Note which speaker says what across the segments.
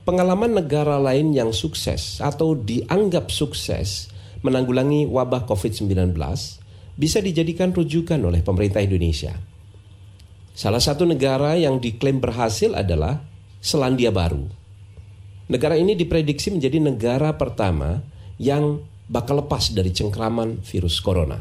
Speaker 1: Pengalaman negara lain yang sukses atau dianggap sukses menanggulangi wabah COVID-19 bisa dijadikan rujukan oleh pemerintah Indonesia. Salah satu negara yang diklaim berhasil adalah Selandia Baru. Negara ini diprediksi menjadi negara pertama yang bakal lepas dari cengkraman virus corona.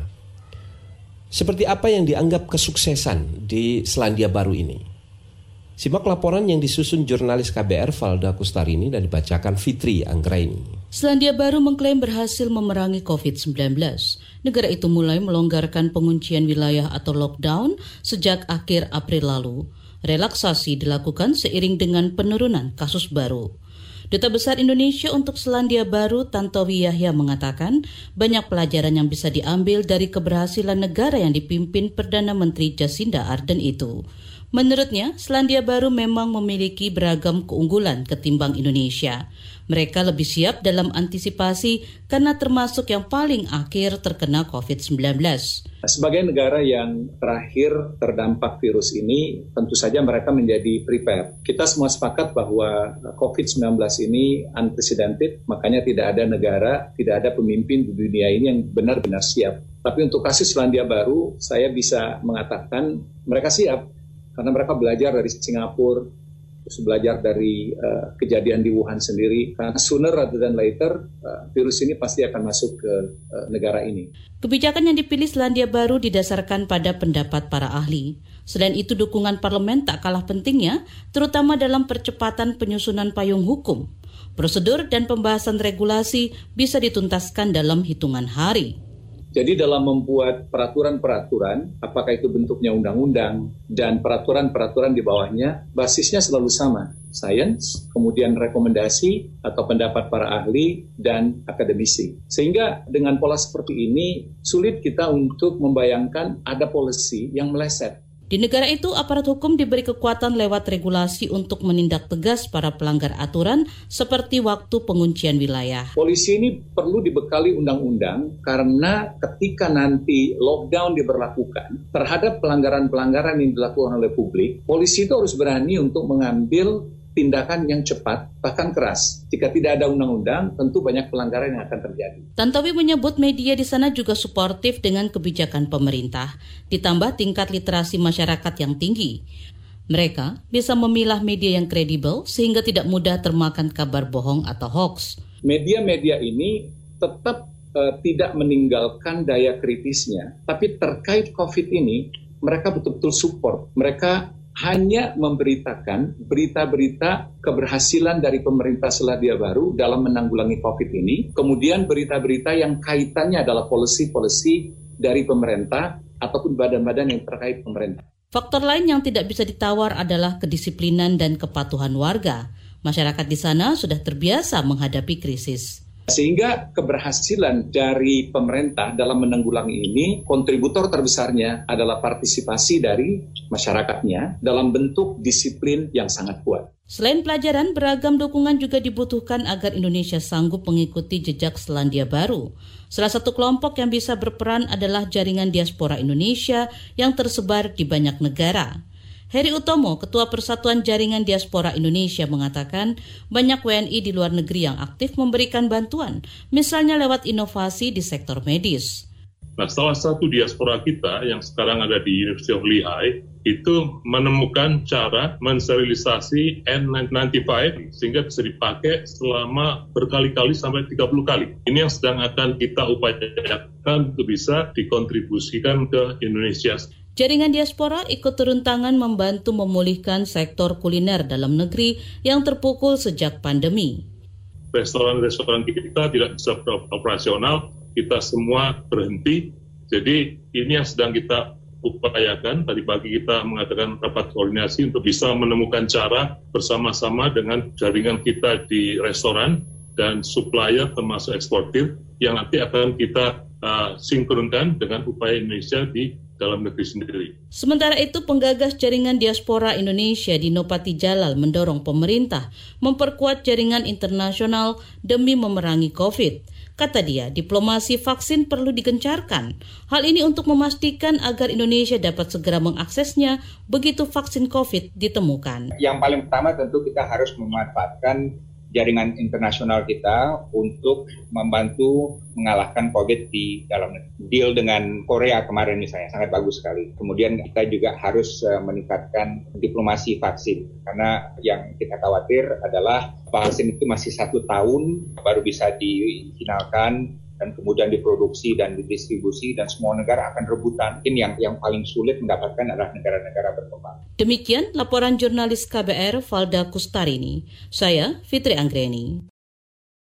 Speaker 1: Seperti apa yang dianggap kesuksesan di Selandia Baru ini? Simak laporan yang disusun jurnalis KBR Valda Kustarini dan dibacakan Fitri Anggraini.
Speaker 2: Selandia Baru mengklaim berhasil memerangi COVID-19. Negara itu mulai melonggarkan penguncian wilayah atau lockdown sejak akhir April lalu. Relaksasi dilakukan seiring dengan penurunan kasus baru. Duta Besar Indonesia untuk Selandia Baru Tantowi Yahya mengatakan banyak pelajaran yang bisa diambil dari keberhasilan negara yang dipimpin Perdana Menteri Jacinda Ardern itu. Menurutnya, Selandia Baru memang memiliki beragam keunggulan ketimbang Indonesia. Mereka lebih siap dalam antisipasi karena termasuk yang paling akhir terkena COVID-19.
Speaker 3: Sebagai negara yang terakhir terdampak virus ini, tentu saja mereka menjadi prepare. Kita semua sepakat bahwa COVID-19 ini unprecedented, makanya tidak ada negara, tidak ada pemimpin di dunia ini yang benar-benar siap. Tapi untuk kasus Selandia Baru, saya bisa mengatakan mereka siap. Karena mereka belajar dari Singapura, terus belajar dari kejadian di Wuhan sendiri. Karena sooner rather than later, virus ini pasti akan masuk ke negara ini.
Speaker 2: Kebijakan yang dipilih Selandia Baru didasarkan pada pendapat para ahli. Selain itu, dukungan parlemen tak kalah pentingnya, terutama dalam percepatan penyusunan payung hukum. Prosedur dan pembahasan regulasi bisa dituntaskan dalam hitungan hari.
Speaker 3: Jadi dalam membuat peraturan-peraturan, apakah itu bentuknya undang-undang dan peraturan-peraturan di bawahnya, basisnya selalu sama, sains, kemudian rekomendasi atau pendapat para ahli dan akademisi. Sehingga dengan pola seperti ini, sulit kita untuk membayangkan ada policy yang meleset.
Speaker 2: Di negara itu, aparat hukum diberi kekuatan lewat regulasi untuk menindak tegas para pelanggar aturan seperti waktu penguncian wilayah.
Speaker 3: Polisi ini perlu dibekali undang-undang karena ketika nanti lockdown diberlakukan terhadap pelanggaran-pelanggaran yang dilakukan oleh publik, polisi itu harus berani untuk mengambil tindakan yang cepat, bahkan keras. Jika tidak ada undang-undang, tentu banyak pelanggaran yang akan terjadi.
Speaker 2: Tantowi menyebut media di sana juga suportif dengan kebijakan pemerintah, ditambah tingkat literasi masyarakat yang tinggi. Mereka bisa memilah media yang kredibel sehingga tidak mudah termakan kabar bohong atau hoax.
Speaker 3: Media-media ini tetap tidak meninggalkan daya kritisnya, tapi terkait COVID ini, mereka betul-betul support. Mereka hanya memberitakan berita-berita keberhasilan dari pemerintah Selandia Baru dalam menanggulangi COVID ini, kemudian berita-berita yang kaitannya adalah policy-policy dari pemerintah ataupun badan-badan yang terkait pemerintah.
Speaker 2: Faktor lain yang tidak bisa ditawar adalah kedisiplinan dan kepatuhan warga. Masyarakat di sana sudah terbiasa menghadapi krisis.
Speaker 3: Sehingga keberhasilan dari pemerintah dalam menanggulangi ini, kontributor terbesarnya adalah partisipasi dari masyarakatnya dalam bentuk disiplin yang sangat kuat.
Speaker 2: Selain pelajaran, beragam dukungan juga dibutuhkan agar Indonesia sanggup mengikuti jejak Selandia Baru. Salah satu kelompok yang bisa berperan adalah jaringan diaspora Indonesia yang tersebar di banyak negara. Heri Utomo, Ketua Persatuan Jaringan Diaspora Indonesia, mengatakan banyak WNI di luar negeri yang aktif memberikan bantuan, misalnya lewat inovasi di sektor medis.
Speaker 4: Nah, salah satu diaspora kita yang sekarang ada di University of Lehigh itu menemukan cara mensterilisasi N95 sehingga bisa dipakai selama berkali-kali sampai 30 kali. Ini yang sedang akan kita upayakan untuk bisa dikontribusikan ke Indonesia.
Speaker 2: Jaringan diaspora ikut turun tangan membantu memulihkan sektor kuliner dalam negeri yang terpukul sejak pandemi.
Speaker 4: Restoran-restoran kita tidak bisa operasional, kita semua berhenti. Jadi ini yang sedang kita upayakan. Tadi pagi kita mengadakan rapat koordinasi untuk bisa menemukan cara bersama-sama dengan jaringan kita di restoran dan supplier termasuk eksportir yang nanti akan kita sinkronkan dengan upaya Indonesia di dalam negeri sendiri.
Speaker 2: Sementara itu, penggagas jaringan diaspora Indonesia Dino Patijalal mendorong pemerintah memperkuat jaringan internasional demi memerangi COVID. Kata dia, diplomasi vaksin perlu digencarkan. Hal ini untuk memastikan agar Indonesia dapat segera mengaksesnya begitu vaksin COVID ditemukan.
Speaker 5: Yang paling pertama tentu kita harus memanfaatkan jaringan internasional kita untuk membantu mengalahkan COVID di dalam negeri. Deal dengan Korea kemarin misalnya sangat bagus sekali. Kemudian kita juga harus meningkatkan diplomasi vaksin karena yang kita khawatir adalah vaksin itu masih 1 tahun baru bisa difinalkan dan kemudian diproduksi dan didistribusi dan semua negara akan rebutan. Ini yang paling sulit mendapatkan adalah negara-negara berkembang.
Speaker 2: Demikian laporan jurnalis KBR Valda Kustarini. Saya Fitri Anggreni.